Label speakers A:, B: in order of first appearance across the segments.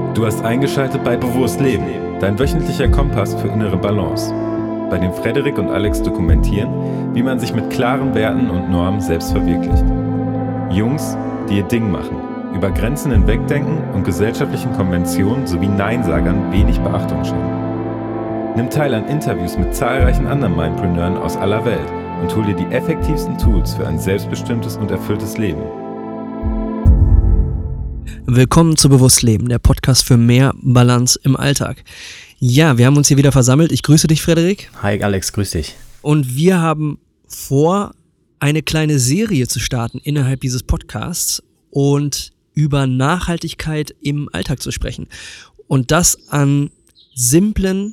A: Du hast eingeschaltet bei Bewusst Leben, dein wöchentlicher Kompass für innere Balance, bei dem Frederik und Alex dokumentieren, wie man sich mit klaren Werten und Normen selbst verwirklicht. Jungs, die ihr Ding machen, über Grenzen hinwegdenken und gesellschaftlichen Konventionen sowie Neinsagern wenig Beachtung schenken. Nimm teil an Interviews mit zahlreichen anderen Mindpreneuren aus aller Welt und hol dir die effektivsten Tools für ein selbstbestimmtes und erfülltes Leben.
B: Willkommen zu Bewusst Leben, der Podcast für mehr Balance im Alltag. Ja, wir haben uns hier wieder versammelt. Ich grüße dich, Frederik.
C: Hi Alex, grüß dich.
B: Und wir haben vor, eine kleine Serie zu starten innerhalb dieses Podcasts und über Nachhaltigkeit im Alltag zu sprechen. Und das an simplen,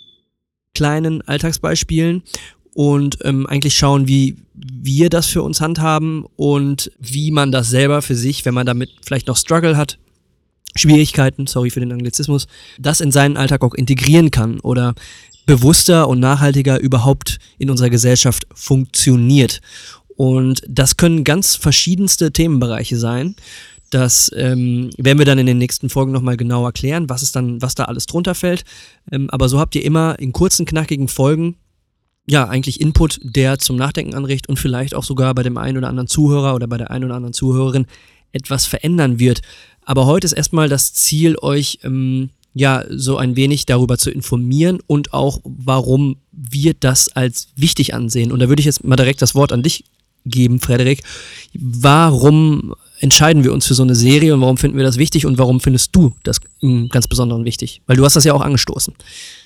B: kleinen Alltagsbeispielen und eigentlich schauen, wie wir das für uns handhaben und wie man das selber für sich, wenn man damit vielleicht noch Struggle hat, Schwierigkeiten, sorry für den Anglizismus, das in seinen Alltag auch integrieren kann oder bewusster und nachhaltiger überhaupt in unserer Gesellschaft funktioniert. Und das können ganz verschiedenste Themenbereiche sein. Das werden wir dann in den nächsten Folgen nochmal genau erklären, was da alles drunter fällt. Aber so habt ihr immer in kurzen, knackigen Folgen ja eigentlich Input, der zum Nachdenken anregt und vielleicht auch sogar bei dem einen oder anderen Zuhörer oder bei der einen oder anderen Zuhörerin etwas verändern wird. Aber heute ist erstmal das Ziel, euch so ein wenig darüber zu informieren und auch, warum wir das als wichtig ansehen. Und da würde ich jetzt mal direkt das Wort an dich geben, Frederik. Warum entscheiden wir uns für so eine Serie und warum finden wir das wichtig und warum findest du das im ganz Besonderen wichtig? Weil du hast das ja auch angestoßen.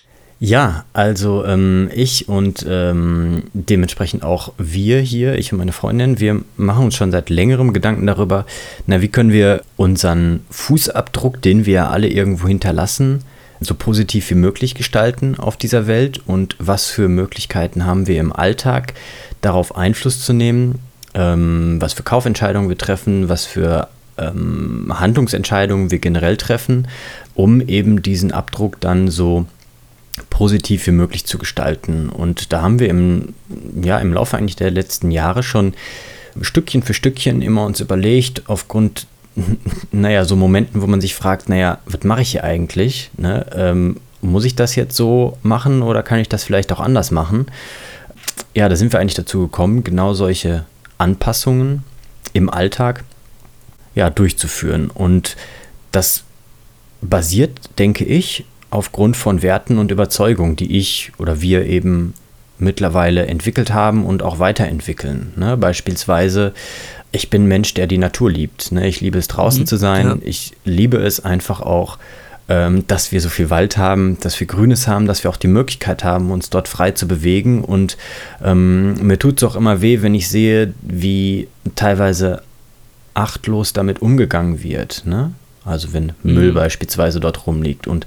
C: Ja, also ich und dementsprechend auch wir hier, ich und meine Freundin, wir machen uns schon seit längerem Gedanken darüber, wie können wir unseren Fußabdruck, den wir alle irgendwo hinterlassen, so positiv wie möglich gestalten auf dieser Welt und was für Möglichkeiten haben wir im Alltag, darauf Einfluss zu nehmen, was für Kaufentscheidungen wir treffen, was für Handlungsentscheidungen wir generell treffen, um eben diesen Abdruck dann so positiv wie möglich zu gestalten. Und da haben wir im Laufe eigentlich der letzten Jahre schon Stückchen für Stückchen immer uns überlegt, aufgrund, so Momenten, wo man sich fragt, was mache ich hier eigentlich? Muss ich das jetzt so machen oder kann ich das vielleicht auch anders machen? Ja, da sind wir eigentlich dazu gekommen, genau solche Anpassungen im Alltag durchzuführen. Und das basiert, denke ich, aufgrund von Werten und Überzeugungen, die ich oder wir eben mittlerweile entwickelt haben und auch weiterentwickeln. Beispielsweise, ich bin ein Mensch, der die Natur liebt. Ich liebe es, draußen zu sein. Ja. Ich liebe es einfach auch, dass wir so viel Wald haben, dass wir Grünes haben, dass wir auch die Möglichkeit haben, uns dort frei zu bewegen. Und mir tut es auch immer weh, wenn ich sehe, wie teilweise achtlos damit umgegangen wird, Also wenn Müll beispielsweise dort rumliegt. Und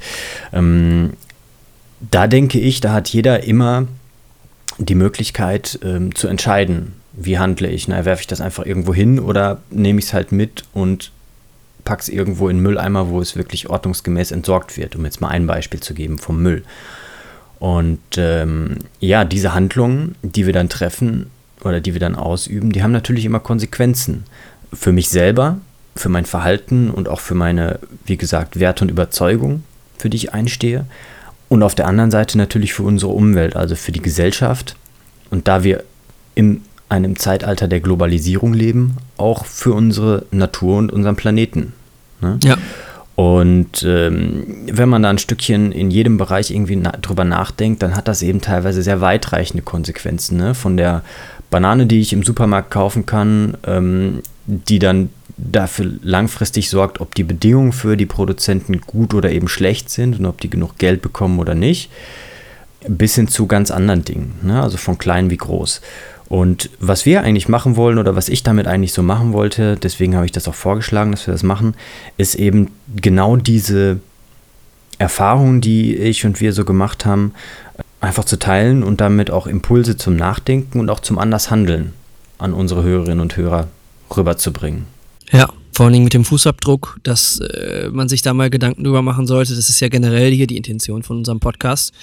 C: da denke ich, da hat jeder immer die Möglichkeit zu entscheiden, wie handle ich. Werfe ich das einfach irgendwo hin oder nehme ich es halt mit und packe es irgendwo in den Mülleimer, wo es wirklich ordnungsgemäß entsorgt wird, um jetzt mal ein Beispiel zu geben vom Müll. Und diese Handlungen, die wir dann treffen oder die wir dann ausüben, die haben natürlich immer Konsequenzen. Für mich selber, für mein Verhalten und auch für meine, wie gesagt, Werte und Überzeugungen, für die ich einstehe. Und auf der anderen Seite natürlich für unsere Umwelt, also für die Gesellschaft. Und da wir in einem Zeitalter der Globalisierung leben, auch für unsere Natur und unseren Planeten. Ja. Und wenn man da ein Stückchen in jedem Bereich irgendwie drüber nachdenkt, dann hat das eben teilweise sehr weitreichende Konsequenzen. Von der Banane, die ich im Supermarkt kaufen kann, die dann dafür langfristig sorgt, ob die Bedingungen für die Produzenten gut oder eben schlecht sind und ob die genug Geld bekommen oder nicht, bis hin zu ganz anderen Dingen, also von klein wie groß. Und was wir eigentlich machen wollen oder was ich damit eigentlich so machen wollte, deswegen habe ich das auch vorgeschlagen, dass wir das machen, ist eben genau diese Erfahrungen, die ich und wir so gemacht haben, einfach zu teilen und damit auch Impulse zum Nachdenken und auch zum Andershandeln an unsere Hörerinnen und Hörer rüberzubringen.
B: Ja, vor allen Dingen mit dem Fußabdruck, dass man sich da mal Gedanken drüber machen sollte. Das ist ja generell hier die Intention von unserem Podcast.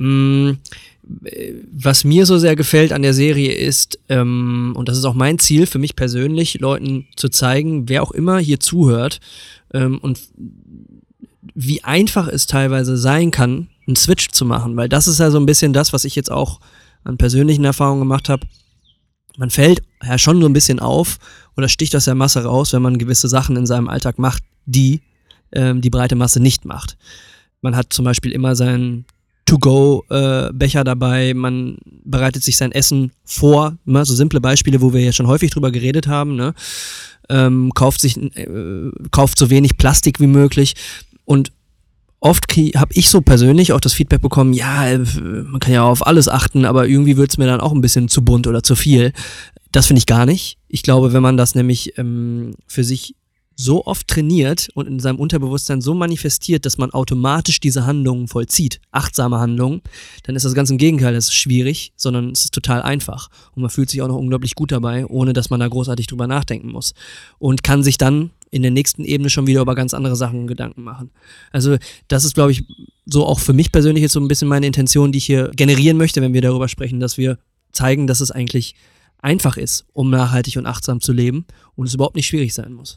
B: Was mir so sehr gefällt an der Serie ist, und das ist auch mein Ziel für mich persönlich, Leuten zu zeigen, wer auch immer hier zuhört und wie einfach es teilweise sein kann, einen Switch zu machen, weil das ist ja so ein bisschen das, was ich jetzt auch an persönlichen Erfahrungen gemacht habe. Man fällt ja schon so ein bisschen auf oder sticht aus der Masse raus, wenn man gewisse Sachen in seinem Alltag macht, die die breite Masse nicht macht. Man hat zum Beispiel immer seinen To-Go-Becher dabei, man bereitet sich sein Essen vor, ne? So simple Beispiele, wo wir ja schon häufig drüber geredet haben, ne? Kauft so wenig Plastik wie möglich und oft habe ich so persönlich auch das Feedback bekommen, ja, man kann ja auf alles achten, aber irgendwie wird's mir dann auch ein bisschen zu bunt oder zu viel. Das finde ich gar nicht. Ich glaube, wenn man das nämlich für sich so oft trainiert und in seinem Unterbewusstsein so manifestiert, dass man automatisch diese Handlungen vollzieht, achtsame Handlungen, dann ist das ganz im Gegenteil, das ist schwierig, sondern es ist total einfach. Und man fühlt sich auch noch unglaublich gut dabei, ohne dass man da großartig drüber nachdenken muss. Und kann sich dann in der nächsten Ebene schon wieder über ganz andere Sachen Gedanken machen. Also das ist, glaube ich, so auch für mich persönlich jetzt so ein bisschen meine Intention, die ich hier generieren möchte, wenn wir darüber sprechen, dass wir zeigen, dass es eigentlich einfach ist, um nachhaltig und achtsam zu leben und es überhaupt nicht schwierig sein muss.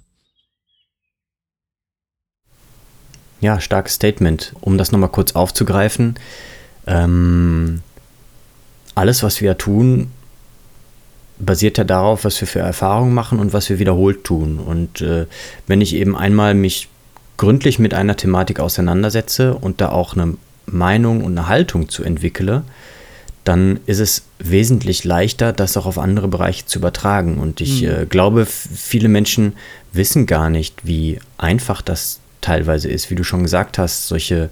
C: Ja, starkes Statement. Um das nochmal kurz aufzugreifen, alles, was wir tun, basiert ja darauf, was wir für Erfahrungen machen und was wir wiederholt tun. Und wenn ich eben einmal mich gründlich mit einer Thematik auseinandersetze und da auch eine Meinung und eine Haltung zu entwickle, dann ist es wesentlich leichter, das auch auf andere Bereiche zu übertragen. Und ich glaube, viele Menschen wissen gar nicht, wie einfach das teilweise ist, wie du schon gesagt hast, solche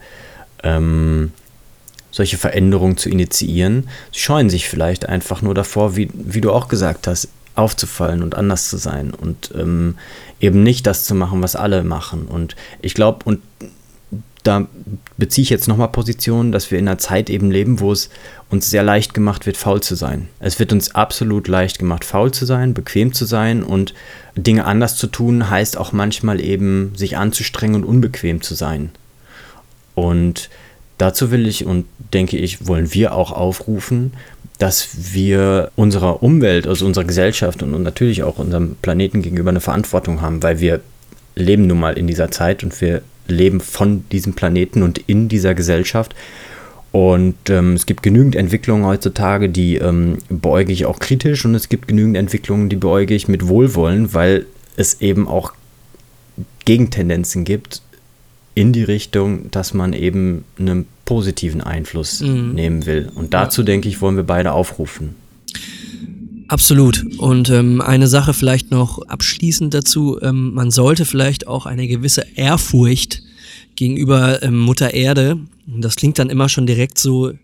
C: Veränderungen zu initiieren. Sie scheuen sich vielleicht einfach nur davor, wie du auch gesagt hast, aufzufallen und anders zu sein und eben nicht das zu machen, was alle machen. Und ich glaube, und da beziehe ich jetzt nochmal Position, dass wir in einer Zeit eben leben, wo es uns sehr leicht gemacht wird, faul zu sein. Es wird uns absolut leicht gemacht, faul zu sein, bequem zu sein, und Dinge anders zu tun heißt auch manchmal eben, sich anzustrengen und unbequem zu sein. Und dazu will ich und denke ich, wollen wir auch aufrufen, dass wir unserer Umwelt, also unserer Gesellschaft und natürlich auch unserem Planeten gegenüber eine Verantwortung haben, weil wir leben nun mal in dieser Zeit und wir leben von diesem Planeten und in dieser Gesellschaft. Und es gibt genügend Entwicklungen heutzutage, die beäuge ich auch kritisch, und es gibt genügend Entwicklungen, die beäuge ich mit Wohlwollen, weil es eben auch Gegentendenzen gibt in die Richtung, dass man eben einen positiven Einfluss nehmen will. Und dazu, denke ich, wollen wir beide aufrufen.
B: Absolut. Und eine Sache vielleicht noch abschließend dazu, man sollte vielleicht auch eine gewisse Ehrfurcht gegenüber Mutter Erde, das klingt dann immer schon direkt so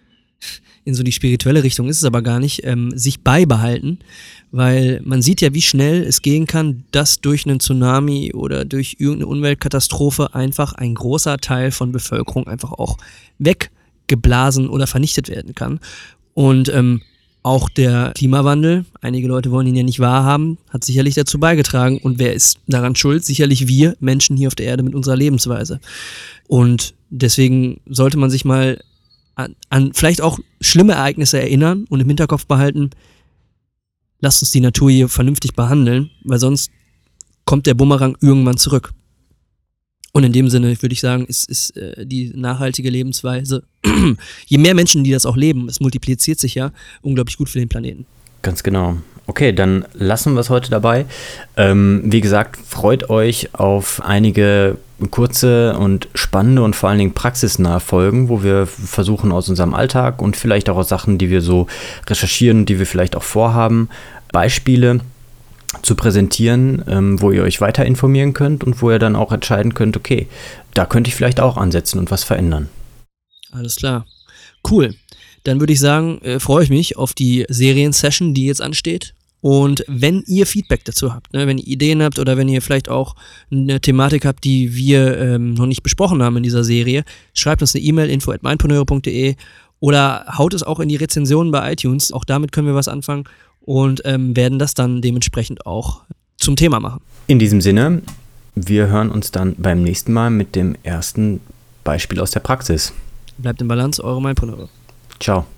B: in so die spirituelle Richtung, ist es aber gar nicht, sich beibehalten, weil man sieht ja, wie schnell es gehen kann, dass durch einen Tsunami oder durch irgendeine Umweltkatastrophe einfach ein großer Teil von Bevölkerung einfach auch weggeblasen oder vernichtet werden kann. Und auch der Klimawandel, einige Leute wollen ihn ja nicht wahrhaben, hat sicherlich dazu beigetragen. Und wer ist daran schuld? Sicherlich wir Menschen hier auf der Erde mit unserer Lebensweise. Und deswegen sollte man sich mal an vielleicht auch schlimme Ereignisse erinnern und im Hinterkopf behalten, lasst uns die Natur hier vernünftig behandeln, weil sonst kommt der Bumerang irgendwann zurück. Und in dem Sinne würde ich sagen, ist die nachhaltige Lebensweise, je mehr Menschen, die das auch leben, es multipliziert sich ja, unglaublich gut für den Planeten.
C: Ganz genau. Okay, dann lassen wir es heute dabei. Wie gesagt, freut euch auf einige kurze und spannende und vor allen Dingen praxisnahe Folgen, wo wir versuchen, aus unserem Alltag und vielleicht auch aus Sachen, die wir so recherchieren, die wir vielleicht auch vorhaben, Beispiele zu präsentieren, wo ihr euch weiter informieren könnt und wo ihr dann auch entscheiden könnt, okay, da könnte ich vielleicht auch ansetzen und was verändern.
B: Alles klar. Cool. Dann würde ich sagen, freue ich mich auf die Serien-Session, die jetzt ansteht. Und wenn ihr Feedback dazu habt, ne, wenn ihr Ideen habt oder wenn ihr vielleicht auch eine Thematik habt, die wir noch nicht besprochen haben in dieser Serie, schreibt uns eine E-Mail, info@mindpreneure.de, oder haut es auch in die Rezensionen bei iTunes. Auch damit können wir was anfangen und werden das dann dementsprechend auch zum Thema machen.
C: In diesem Sinne, wir hören uns dann beim nächsten Mal mit dem ersten Beispiel aus der Praxis.
B: Bleibt in Balance, eure Mindpreneure.
C: Ciao.